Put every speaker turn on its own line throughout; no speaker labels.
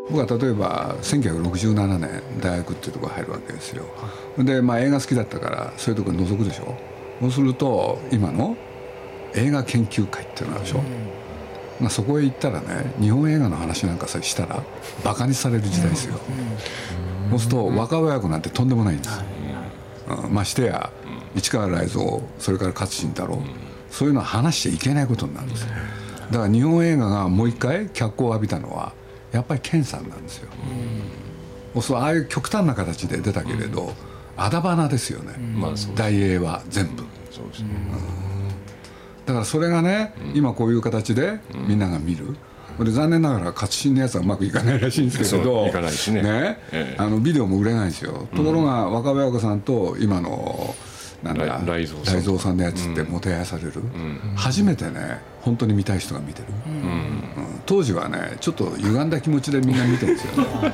僕は例えば1967年大学っていうところ入るわけですよ。で、映画好きだったからそういうところに覗くでしょ。そうすると今の映画研究会っていうのがあるでしょ、そこへ行ったらね、日本映画の話なんかさしたらバカにされる時代ですよ、そうすると若親子なんてとんでもないんです、ましてや市川雷蔵、それから勝新太郎、そういうのは話しちゃいけないことになるんですよ。だから日本映画がもう一回脚光を浴びたのはやっぱり健さんなんですよ。そう、ああいう極端な形で出たけれど、あだ花ですよね、大映は全部。そうですね、だからそれがね、今こういう形でみんなが見る。で残念ながら勝新のやつはうまくいかないらしいんですけど、
いかないしね、
ビデオも売れないんですよ。ところが若林親子さんと今のなんだ雷蔵さんのやつってもてはやされる、初めてね本当に見たい人が見てる、当時はねちょっと歪んだ気持ちでみんな見てるんですよね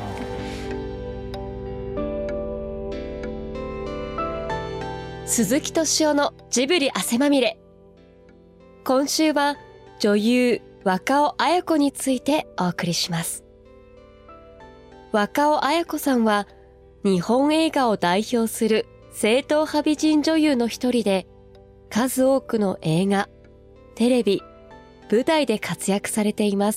鈴木敏夫のジブリ汗まみれ。今週は女優若尾文子についてお送りします。若尾文子さんは日本映画を代表する正統派美人女優の一人で、数多くの映画、テレビ、舞台で活躍されています。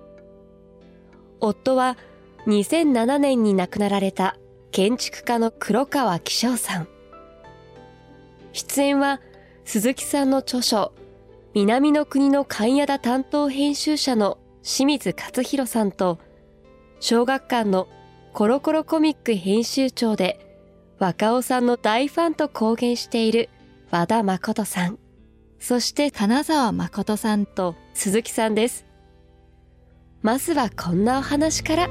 夫は2007年に亡くなられた建築家の黒川紀章さん。出演は鈴木さんの著書南の国の勘屋田担当編集者の清水勝弘さんと、小学館のコロコロコミック編集長で若尾さんの大ファンと公言している和田誠さん、そして金沢誠さんと鈴木さんです。まずはこんなお話から。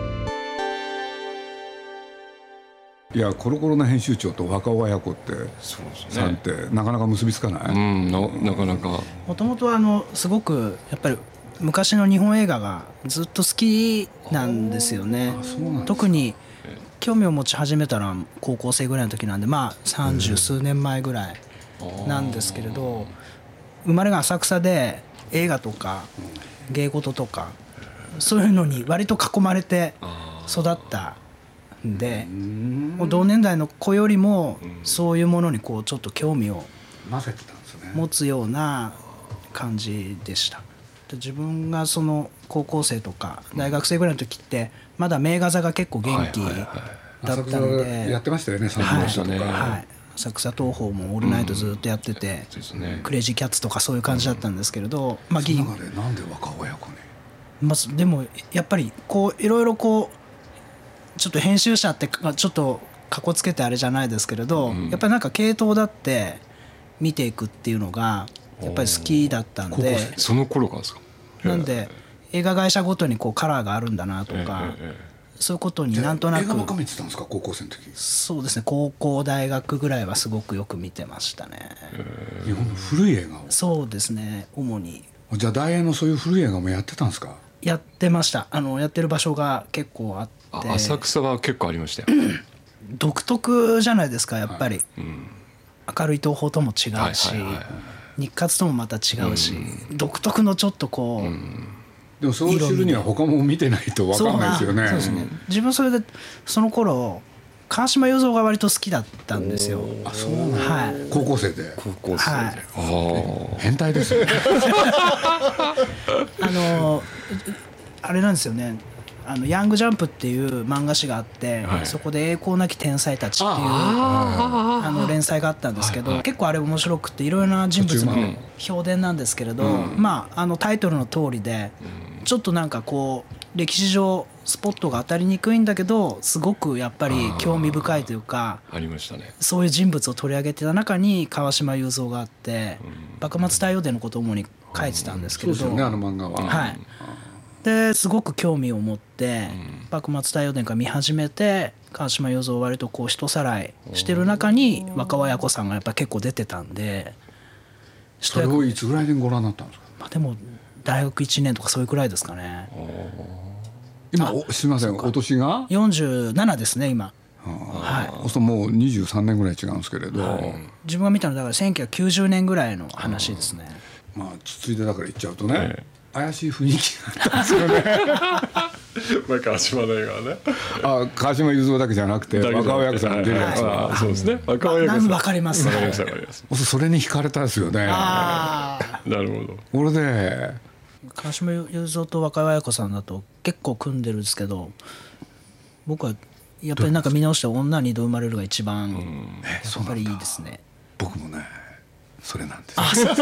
いや、コロコロの編集長と若尾文子ってさんってなかなか結びつかない、
なかなか。
もともとすごくやっぱり昔の日本映画がずっと好きなんですよね。特に興味を持ち始めたら高校生ぐらいの時なんで、30数年前ぐらいなんですけれど、生まれが浅草で映画とか芸事とかそういうのに割と囲まれて育ったんで、もう同年代の子よりもそういうものにちょっと興味を持つような感じでした。で、自分がその高校生とか大学生ぐらいの時ってまだ名画座が結構元気だったので、
やってましたよね、三国志とか、
浅草東宝もオールナイトずっとやってて、クレイジーキャッツとかそういう感じだったんですけれど、
その中でなんで若尾親子ね。
でもやっぱりいろいろちょっと編集者ってちょっとかこつけてあれじゃないですけれど、やっぱりなんか系統だって見ていくっていうのがやっぱり好きだったんで、
その頃からですか。
なんで映画会社ごとにカラーがあるんだなとか、そういうことになんとなく。
映画ばっか見てたんですか、高校生の時。
そうですね、高校大学ぐらいはすごくよく見てましたね。
日本の古い映画を。
そうですね、主に。
じゃあ大映のそういう古い映画もやってたんですか。
やってました。やってる場所が結構あって、
浅草は結構ありましたよ
独特じゃないですか、やっぱり、明るい東宝とも違うし、日活ともまた違うし、独特のちょっと
でもそうするには他も見てないと分かんないですよね。
そうですね。自分それでその頃川島雄三が割と好きだったんですよ。
そうなん、高校生で。変態ですよね
あれなんですよね、ヤングジャンプっていう漫画誌があって、そこで栄光なき天才たちっていう連載があったんですけど、結構あれ面白くていろいろな人物の評伝なんですけれど、タイトルの通りでちょっとなんか歴史上スポットが当たりにくいんだけど、すごくやっぱり興味深いというか、
ありましたね。
そういう人物を取り上げてた中に川島雄三があって、幕末太陽伝のことを主に書いてたんですけれど、
そうですよね、漫画は。
ですごく興味を持って幕末太陽伝から見始めて、川島雄三を割と一さらいしてる中に若尾文子さんがやっぱ結構出てたんで。
それをいつぐらいでご覧になったんですか。
でも大学1年とかそういうくらいですかね。
今すみません、お年が
47ですね今。
そうするともう23年ぐらい違うんですけれど、
自分が見たのだから1990年ぐらいの話ですね。
つついでだから言っちゃうとね、怪しい雰囲気があったんですよね
川島の映画はね。
川島雄三だけじゃなくて若尾役さんが出るやつは、
そうですね。若尾役さん。
わかりますね。
わかりますわかります。
それに惹かれたんですよね。
なるほど。
俺で
川島雄三と若尾彩子さんだと結構組んでるんですけど、僕はやっぱりなんか見直して女に二度生まれるが一番やっぱりいいですね。
僕もねそれなんです。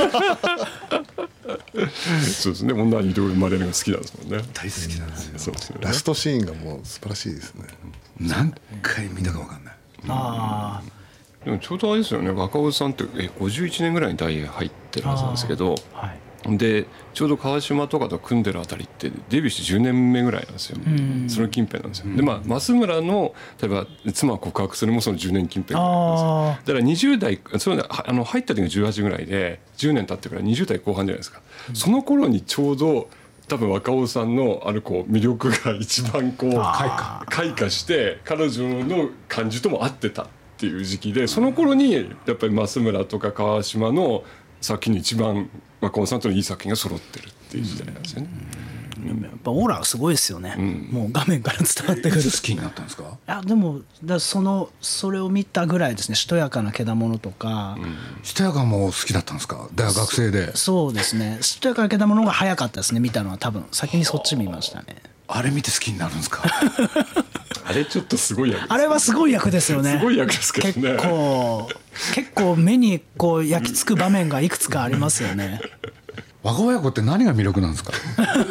そうですね。女に二度生まれるが好きなんですもんね。
大好きなんですよ。
そうですよね。
ラストシーンがもう素晴らしいですね。
何回見たか分かんない。
あ
でもちょうどあれですよね。若尾さんって51年ぐらいにダイエー入ってるはずなんですけど。
はい。
でちょうど川島とかと組んでるあたりってデビューして10年目ぐらいなんですよ。その近辺なんですよ。で増村の例えば妻を告白するもその10年近辺ぐらいなんですよ。だから20代その入った時が18ぐらいで10年経ってから20代後半じゃないですか。その頃にちょうど多分若尾さんのこう魅力が一番こう開花して彼女の感じとも合ってたっていう時期で、その頃にやっぱり増村とか川島の作品に一番若尾さんとのいい作品が揃ってるっていう時代なんですよね。
やっぱオーラがすごいですよね。もう画面から伝わってくる。
好きになったんですか？
いやでもそれを見たぐらいですね。しとやかなけだものとか。
しとやかも好きだったんですか？大学生で。
そうですね。しとやかなけだものが早かったですね。見たのは多分先にそっち見ましたね。
あれ見て好きになるんですか？
あれちょっとすごい役です。
あれはすごい役ですよね。
すごい役ですけどね。
結構目にこう焼き付く場面がいくつかありますよね。
若尾親子って何が魅力なんですか？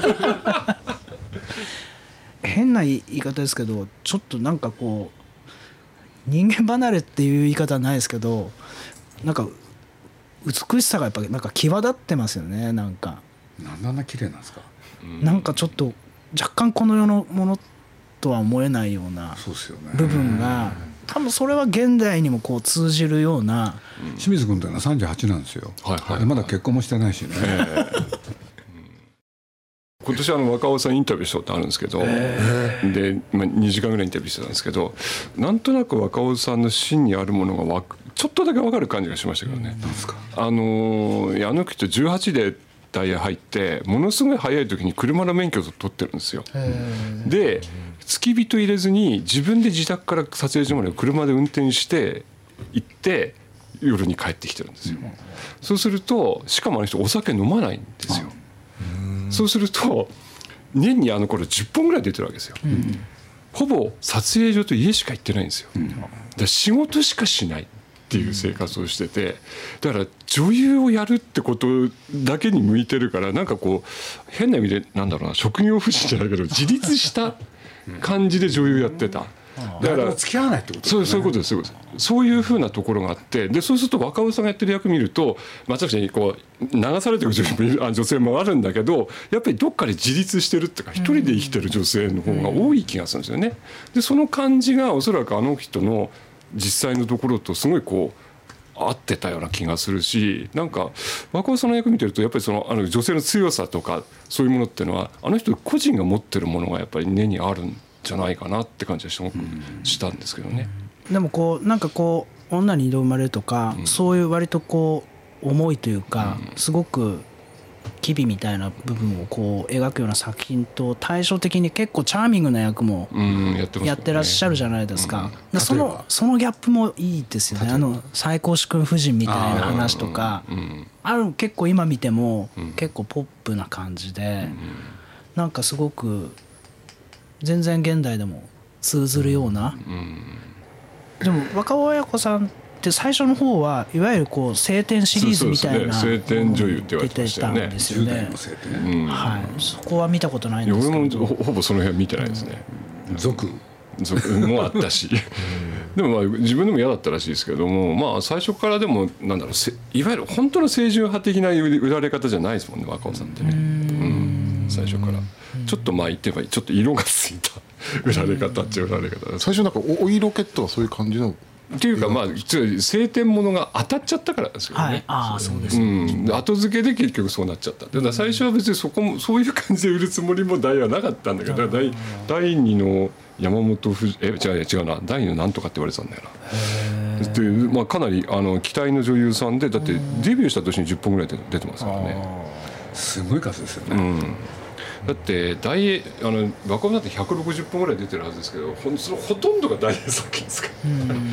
変な言い方ですけど、ちょっとなんかこう人間離れっていう言い方はないですけど、なんか美しさがやっぱなんか際立ってますよね。なんか
なんであんな綺麗なんですか？
なんかちょっと若干この世のものとは思えないような部分が、多分それは現代にもこう通じるような。
清水君というのは38なんですよ。まだ結婚もしてないしね。
今年若尾さんインタビューしたことあるんですけど、で、2時間ぐらいインタビューしてたんですけど、なんとなく若尾さんの芯にあるものがちょっとだけ分かる感じがしましたけどね。
なんですか？
あの人18でダイヤ入ってものすごい早い時に車の免許を取ってるんですよ。で付き人入れずに自分で自宅から撮影所まで車で運転して行って夜に帰ってきてるんですよ。そうするとしかもあの人お酒飲まないんですよ。そうすると年に頃10本ぐらい出てるわけですよ。ほぼ撮影所と家しか行ってないんですよ。だから仕事しかしないっていう生活をしてて、だから女優をやるってことだけに向いてるから、なんかこう変な意味でなんだろうな、職業不振じゃないけど自立した感じで女優やってた。
だから付き合わないってことですね。
そういうことです。そういうふうなところがあって、でそうすると若尾さんがやってる役見ると確かにこう流されてる女性もあるんだけど、やっぱりどっかで自立してるっていうか一人で生きてる女性の方が多い気がするんですよね。でその感じがおそらくあの人の実際のところとすごいこう合ってたような気がするし、なんか若尾さんの役見てるとやっぱり女性の強さとかそういうものっていうのはあの人個人が持ってるものがやっぱり根にあるんじゃないかなって感じがすごくしたんですけどね。
でもこうなんかこう女に二度生まれるとか、そういう割とこう重いというか、すごく機微みたいな部分をこう描くような作品と対照的に結構チャーミングな役もやってらっしゃるじゃないですか。そのギャップもいいですよね。最高主君夫人みたいな話とか結構今見ても結構ポップな感じで、なんかすごく全然現代でも通ずるような。でも若尾文子さんって最初の方はいわゆるこう青天シリーズみたいな
青天女優って言われてましたよね。
出てたんですよね。はい、そこは見たことないんですけど。
俺もほぼその辺見てないですね。
族
もあったしでも自分でも嫌だったらしいですけども、最初からでもなんだろう、いわゆる本当の清純派的な売られ方じゃないですもんね、若尾さんってね。最初からちょっと言ってばちょっと色がついた売られ方っちゃ売られ方。
最初なんかお色気とかそういう感じの
っていうか晴天物が当たっちゃったからですよね。
そうですね。
後付けで結局そうなっちゃった。だから最初は別にそういう感じで売るつもりも大はなかったんだけど、第二の山本違うな、第二のなんとかって言われてたんだよな。でかなり期待の女優さんで、だってデビューした年に10本ぐらい出てますからね。
すごい数ですよね。
だって大映若者だって160本ぐらい出てるはずですけど、そのほとんどが大映作品ですからい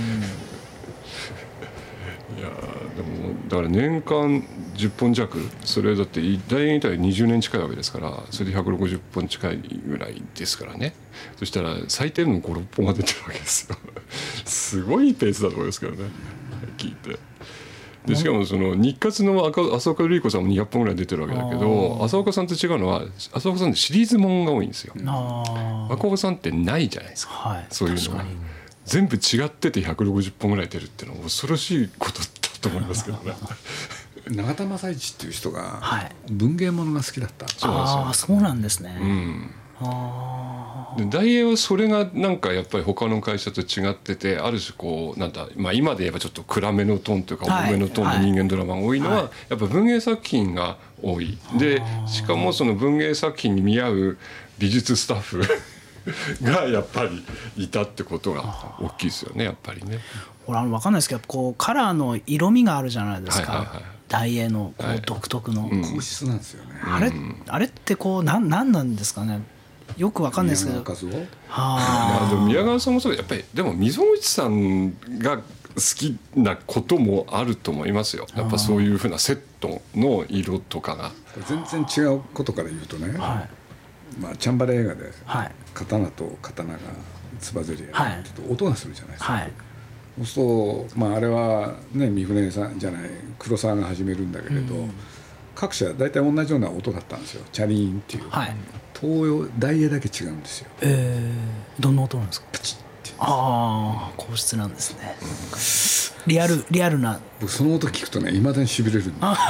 やでもだから年間10本弱、それだって大映にいたら20年近いわけですから、それで160本近いぐらいですからね。そしたら最低の5、6本が出てるわけですよすごいペースだと思いますけどね、聞いて。でしかもその日活の浅岡瑠璃子さんも200本ぐらい出てるわけだけど、浅岡さんと違うのは浅岡さんってシリーズもんが多いんですよ。赤岡さんってないじゃないですか、はい、そういうのが全部違ってて160本ぐらい出るっていうのは恐ろしいことだと思いますけどね
永田正一っていう人が文芸物が好きだった、
はい、そうなんですね、
で大映はそれがなんかやっぱり他の会社と違ってて、ある種こうなんだ、まあ、今で言えばちょっと暗めのトーンというか重めのトーンの人間ドラマが多いのはやっぱ文芸作品が多いで、しかもその文芸作品に見合う美術スタッフがやっぱりいたってことが大きいですよね、やっぱりね。
分かんないですけど、こうカラーの色味があるじゃないですか、大映のこう独特の、
硬質なんですよね。
あれってこうなんなんですかね、よくわかんないですけど。
でも宮川さんもそう、やっぱりでも溝口さんが好きなこともあると思いますよ。やっぱそういうふうなセットの色とかが
全然違うことから言うとね、まあチャンバラ映画で刀と刀がつばぜり合うって音がするじゃないですか。そうすると、まあ、あれはね三船さんじゃない黒沢が始めるんだけれど、各社大体同じような音だったんですよ。チャリーンっていう、東洋大映だけ違うんですよ。
どんな音なんですか？パチッっていう。硬質なんですね。リアルな。
僕その音聞くとね、いまだにしびれるんだ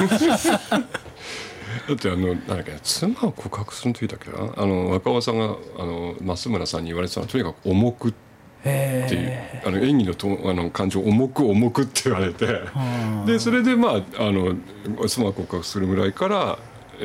ってなんだっけ、妻を告白する時だっけな、若尾さんが増村さんに言われてたのはとにかく重くっていう演技の感情重くって言われてでそれでまあ妻を告白するぐらいから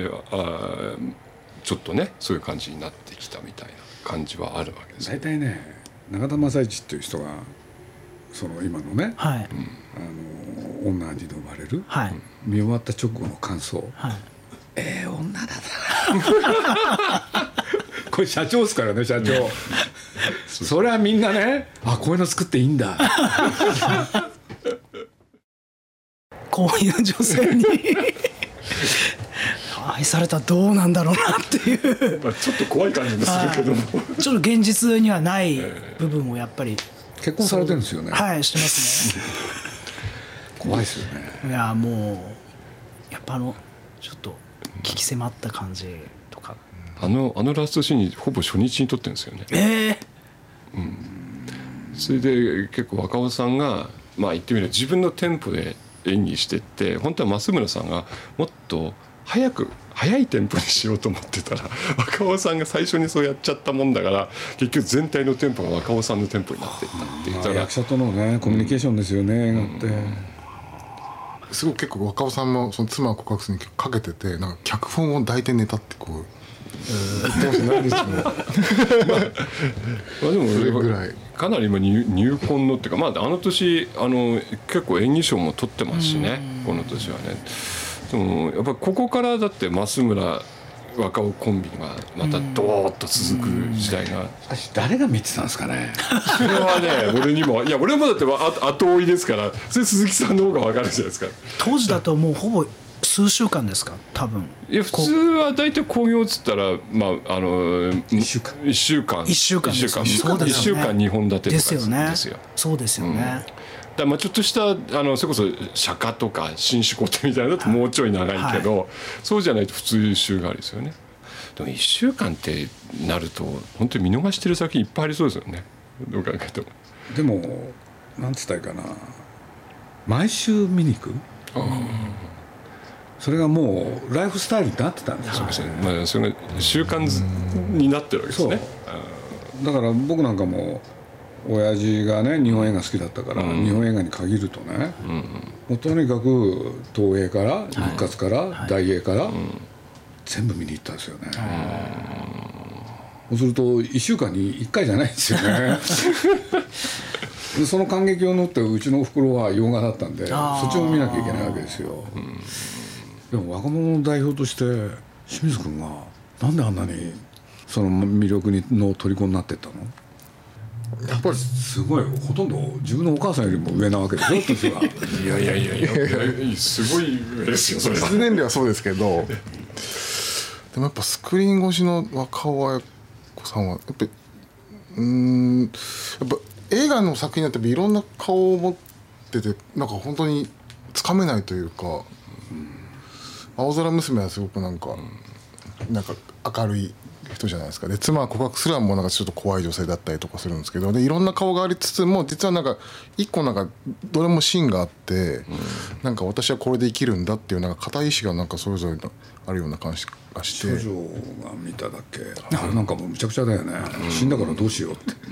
ちょっとねそういう感じになってきたみたいな感じはあるわけです。
大体ね永田正一っていう人がその今のね、女に飲まれる、見終わった直後の感想、女だなこれ社長ですからね、社長それはみんなね、こういうの作っていいんだ
こういう女性に愛されたらどうなんだろうなっていう
ちょっと怖い感じもするけども
ちょっと現実にはない部分をやっぱり
結婚されてるんですよね。
してますね
怖いですよね。
いやもうやっぱちょっと聞き迫った感じとか
ラストシーンにほぼ初日に撮ってるんですよね。それで結構若尾さんがまあ言ってみれば自分のテンポで演技してって本当は増村さんがもっと速いテンポにしようと思ってたら若尾さんが最初にそうやっちゃったもんだから結局全体のテンポが若尾さんのテンポになっていったって言ったら、
役者とのねコミュニケーションですよね、映画って。
すごく結構若尾さんもその妻を告白するにかけてて、なんか脚本を抱いて寝たってこう言ってましたないですけどまあ
でも
それぐらい
かなり今入魂のっていうか、まああの年結構演技賞も取ってますしね、この年はね。でもやっぱここからだって増村若尾コンビがまたドーッと続く時代が、
誰が見てたんですかね
それはね俺にも俺もだって後追いですから、それ鈴木さんの方が分かるじゃないですか。
当時だともうほぼ数週間ですか多分。
いや普通は大体興行っつったらまあ
1週間
1週間2本立てとかですよ
ね。そうですよね。
だまあちょっとしたそれこそ釈迦とか新種古典みたいなのだともうちょい長いけど、そうじゃないと普通週替わりですよね。でも1週間ってなると本当に見逃してる先いっぱいありそうですよね、どう考えても。
でもなんつったらいいかな、毎週見に行く、それがもうライフスタイルになってたんですよね。
そうですね、まあ、それが習慣になってるわけですね。
だから僕なんかも親父がね日本映画好きだったから、日本映画に限るとね、もうとにかく東映から日活から大映から全部見に行ったんですよね。そうすると1週間に1回じゃないんですよねでその感激を乗ってうちのおふくろは洋画だったんでそっちも見なきゃいけないわけですよ。でも若者の代表として清水君がなんであんなにその魅力の虜になってったの？
やっぱり
すごい、ほとんど自分のお母さんよりも上なわけでしょ年が。
いやすごい上ですよそれは。
実年齢はそうですけどでもやっぱスクリーン越しの若尾文子さんはやっぱりやっぱ映画の作品だっていろんな顔を持っててなんか本当につかめないというか、青空娘はすごくなんか明るい人じゃないですか。で妻は告白すらもなんかちょっと怖い女性だったりとかするんですけど、でいろんな顔がありつつも実はなんか一個なんかどれも芯があって、なんか私はこれで生きるんだっていうなんか固い意志がなんかそれぞれあるような感じがして。
少女が見ただけ、あれなんかもうむちゃくちゃだよね、死んだからどうしようって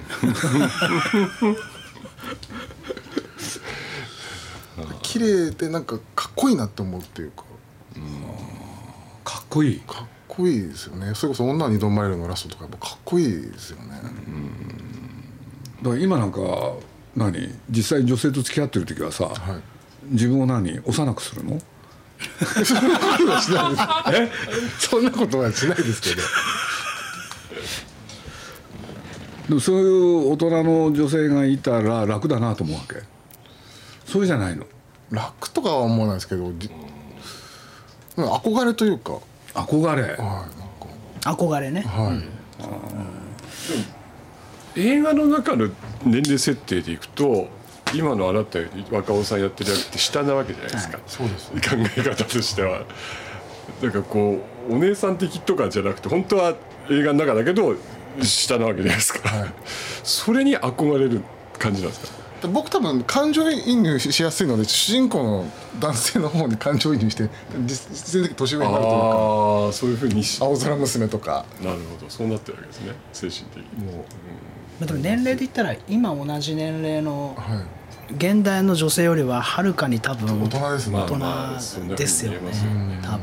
綺麗でなんかかっこいいなって思うっていうか、
かっこいい
かっこいいですよね。それこそ女は二度マイルのラストとかやっぱかっこいいですよね。
だから今なんか実際女性と付き合ってる時はさ、自分を幼くするの？
そんなことはしないです。そんなことはしないですけど。
でもそういう大人の女性がいたら楽だなと思うわけ。そうじゃないの？
楽とかは思わないですけど、憧れというか。
憧れ。
憧れね。
映画の中の年齢設定でいくと今のあなたより若尾さんやってる役って下なわけじゃないですか、
そうです、
考え方としては。なんかこうお姉さん的とかじゃなくて本当は映画の中だけど下なわけじゃないですか、それに憧れる感じなんですか？
僕多分感情移入しやすいので主人公の男性の方に感情移入して実践的年上になるというか、
そういうふうに
青空娘とか。
なるほど、そうなってるわけですね、精神的に。
まあでも年齢で言ったら今同じ年齢の現代の女性よりははるかに多分
大人ですね。
大人ですよね、多分。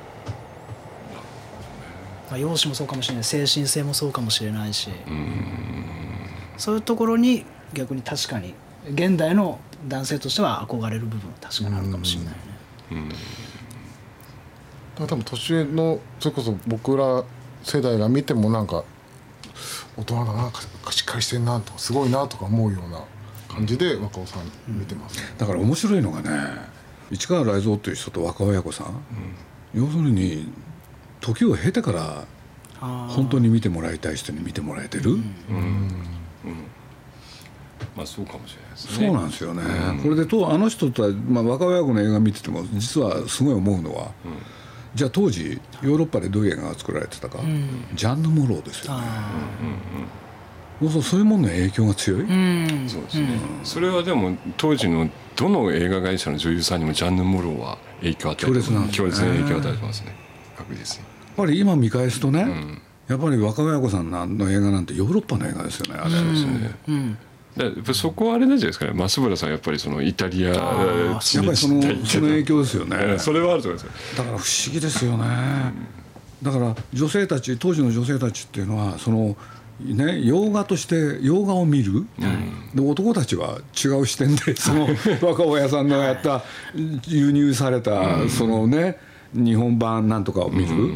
容姿もそうかもしれない、精神性もそうかもしれないし、そういうところに逆に確かに現代の男性としては憧れる部分は確かにあるかもしれないね。
だから多分年上のそれこそ僕ら世代が見てもなんか大人だな、しっかりしてんなとかすごいなとか思うような感じで若尾さん見てます、
だから面白いのがね、市川雷蔵という人と若尾文子さん、要するに時を経てから本当に見てもらいたい人に見てもらえてる。
まあそうかもしれないですね。
そうなんですよね、これであの人とは、若尾文子の映画見てても実はすごい思うのは、じゃあ当時ヨーロッパでどういう映画が作られてたか、ジャンヌ・モローですよね。そういうものの影響が強い。
そうですね、それはでも当時のどの映画会社の女優さんにもジャンヌ・モローは影響を与えてます。強烈な影響を与えてますね、確実に。
やっぱり今見返すとね、やっぱり若尾文子さんの映画なんてヨーロッパの映画ですよね、あれ。そうですね。やっぱ
そこはあれなんじゃないですかね、増村さんやっぱりそのイタリア、やっぱ
りその影響ですよね。
それはあると思いますよ。
だから不思議ですよね。だから女性たち、当時の女性たちっていうのはそのね、洋画として洋画を見る、で男たちは違う視点でその若尾屋さんのやった輸入されたそのね日本版なんとかを見る、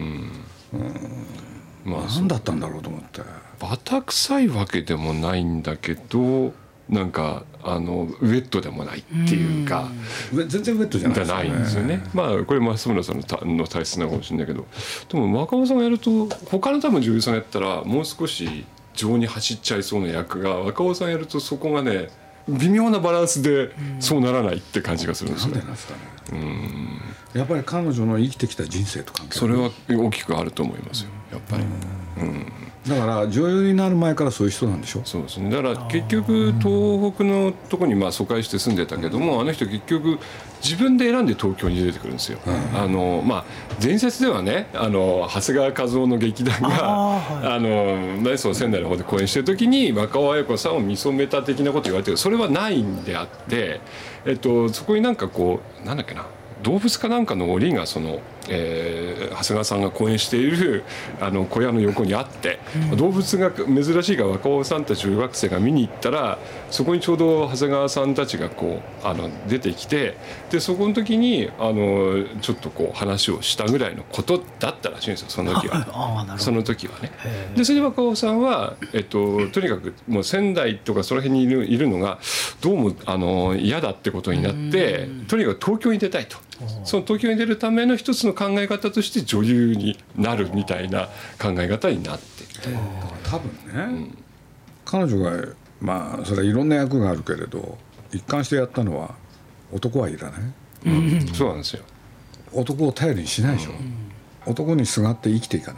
何だったんだろうと思って。
バタ臭いわけでもないんだけど、なんかウェットでもないっていうか、
全然ウェットじゃない
んですよね。まあこれ増村さんの体質なのかもしれないけど、でも若尾さんがやると他の多分女優さんがやったらもう少し情に走っちゃいそうな役が若尾さんやるとそこがね微妙なバランスでそうならないって感じがするんですよね。
やっぱり彼女の生きてきた人生と関係
それは大きくあると思いますよ、やっぱり。
だから女優になる前からそういう人なんでしょ。
そうですね。だから結局東北のとこに疎開して住んでたけども、あの人結局自分で選んで東京に出てくるんですよ。伝説ではね、長谷川一夫の劇団がその仙台の方で公演してる時に若尾文子さんを見初めた的なこと言われてる。それはないんであって、そこになんかこうなんだっけな、動物かなんかの檻がその長谷川さんが講演している小屋の横にあって、動物が珍しいから若尾さんたち中学生が見に行ったら、そこにちょうど長谷川さんたちがこう出てきて、でそこの時にちょっとこう話をしたぐらいのことだったらしいんですよ、その時は。その時はね。でそれで若尾さんは、とにかくもう仙台とかその辺にいるのがどうも嫌だってことになって、とにかく東京に出たいと。その東京に出るための一つの考え方として女優になるみたいな考え方になって
多分ね、彼女がまあそれはいろんな役があるけれど一貫してやったのは男はいらない、
そうなんですよ。
男を頼りにしないでしょ、男にすがって生きていかない、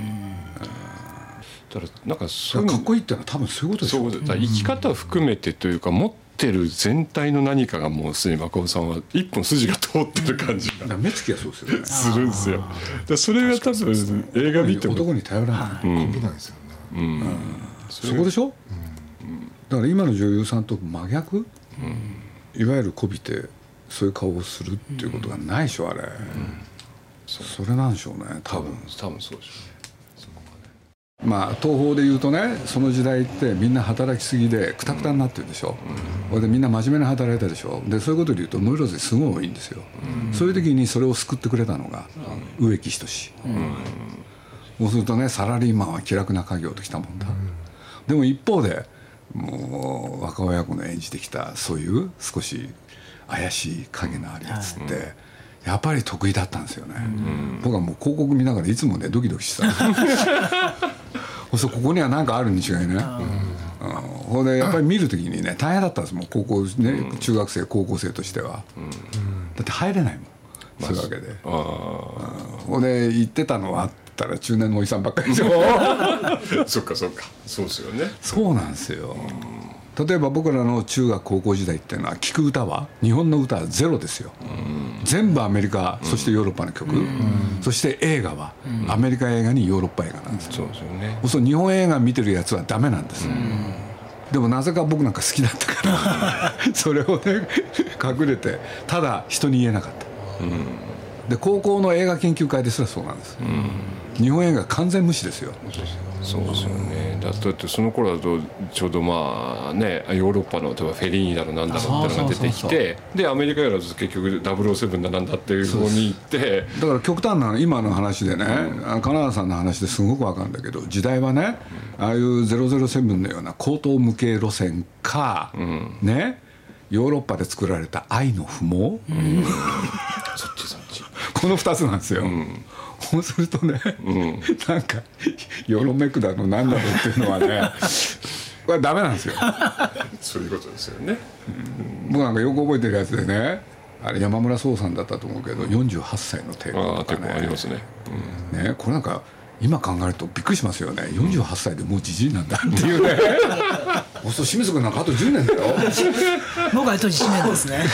だからなんか
かっこいいってのは多分そういうことでしょ。
そうだ、生き方を含めてというか、持ってる全体の何かがもうすでに若尾さんは一本筋が通ってる感じが
目つきがそうですよね。
するんですよ。でそれが多分映画見ても
男に頼らない、
見ないですよね。
そこでしょ、だから今の女優さんと真逆、いわゆるこびてそういう顔をするっていうことがないでしょあれ、それなんでしょうね多分
そうでしょうね。
まあ東宝でいうとね、その時代ってみんな働きすぎでクタクタになってるでしょ、でみんな真面目に働いたでしょ。でそういうことでいうとノイローゼすごい多いんですよ、そういう時にそれを救ってくれたのが植木等、そうするとね、サラリーマンは気楽な家業ときたもんだ、でも一方でもう若親子の演じてきたそういう少し怪しい影のあるやつって、やっぱり得意だったんですよね、僕はもう広告見ながらいつもねドキドキしてたそうここには何かあるに違いない、ほんでやっぱり見るときにね大変だったんですもん、高校ね、中学生高校生としては、だって入れないもん、そういうわけで、ほんで言ってたのはあったら中年のおじさんばっかりでしょ
そっかそうですよね。
そうなんですよ。例えば僕らの中学高校時代っていうのは聴く歌は日本の歌はゼロですよ、全部アメリカ、そしてヨーロッパの曲、そして映画はアメリカ映画にヨーロッパ映画なんですよ、
そうですよね。
そう日本映画見てるやつはダメなんです、でもなぜか僕なんか好きだったからそれをね隠れてただ人に言えなかった、で高校の映画研究会ですらそうなんです、日本映画完全無視ですよ。
そうですよね。だってその頃だとちょうどまあね、ヨーロッパの例えばフェリーニだろなんだろっていうのが出てきて、でアメリカやらず結局007だなんだっていう方に行って、
だから極端な今の話でね、金沢さんの話ですごく分かるんだけど、時代はね、ああいう007のような高等無形路線か、ね、ヨーロッパで作られた愛の不毛、
そっち
この2つなんですよ、そうするとね、なんかヨロメクだのなんだろうっていうのはねこれはダメなんですよ
そういうことですよね、
僕なんかよく覚えてるやつでね、あれ山村壮さんだったと思うけど、48歳の抵抗とかね、
ありますね、
ね、これなんか今考えるとびっくりしますよね、48歳でもうじじいなんだっていうねそう清水君なんかあと10年だよ
僕はあと1年ですね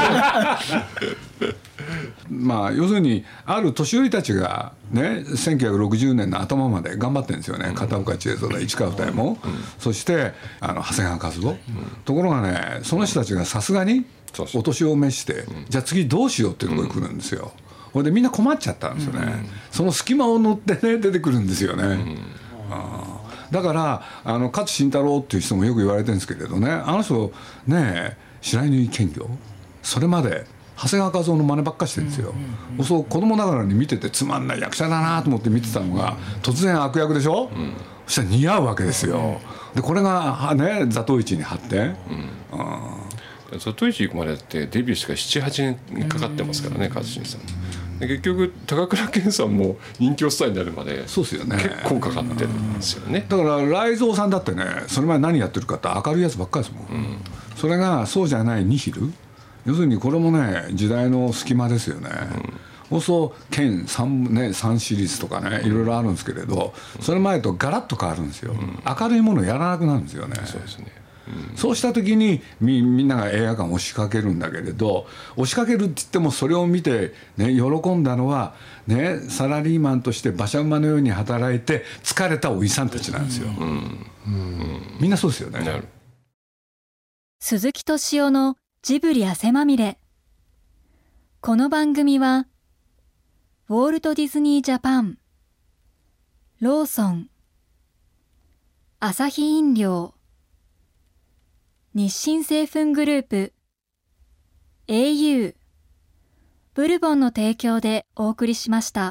まあ要するにある年寄りたちがね、1960年の頭まで頑張ってるんですよね、片岡千恵蔵だ市川二重も、そして長谷川一夫、ところがね、その人たちがさすがにお年を召して、じゃあ次どうしようっていうところに来るんですよ。これでみんな困っちゃったんですよね、その隙間を縫ってね出てくるんですよね、だから勝慎太郎っていう人もよく言われてるんですけれどね、あの人ね、白井謙魚、それまで長谷川一夫の真似ばっかしてるんですよ、そう子供ながらに見ててつまんない役者だなと思って見てたのが突然悪役でしょ、そしたら似合うわけですよ。でこれがね座頭市に発展、
座頭市行くまでってデビューしてから 7,8 年かかってますからね、勝新さん。で結局高倉健さんも人気スターになるまで
そうですよね、
結構かかってるんですよね。
だから雷蔵さんだってね、それまで何やってるかって明るいやつばっかりですもん、それがそうじゃないニヒル、要するにこれもね時代の隙間ですよね、そう剣 3シリーズとかねいろいろあるんですけれど、それ前とガラッと変わるんですよ、明るいものをやらなくなるんですよね。
そうですね、
そうした時にみんなが映画館を押しかけるんだけれど、押しかけるって言ってもそれを見て、ね、喜んだのは、ね、サラリーマンとして馬車馬のように働いて疲れたおじさんたちなんですよ、みんなそうですよね。
鈴木敏夫のジブリ汗まみれ。この番組はウォルト・ディズニー・ジャパン、ローソン、アサヒ飲料、日清製粉グループ、au、ブルボンの提供でお送りしました。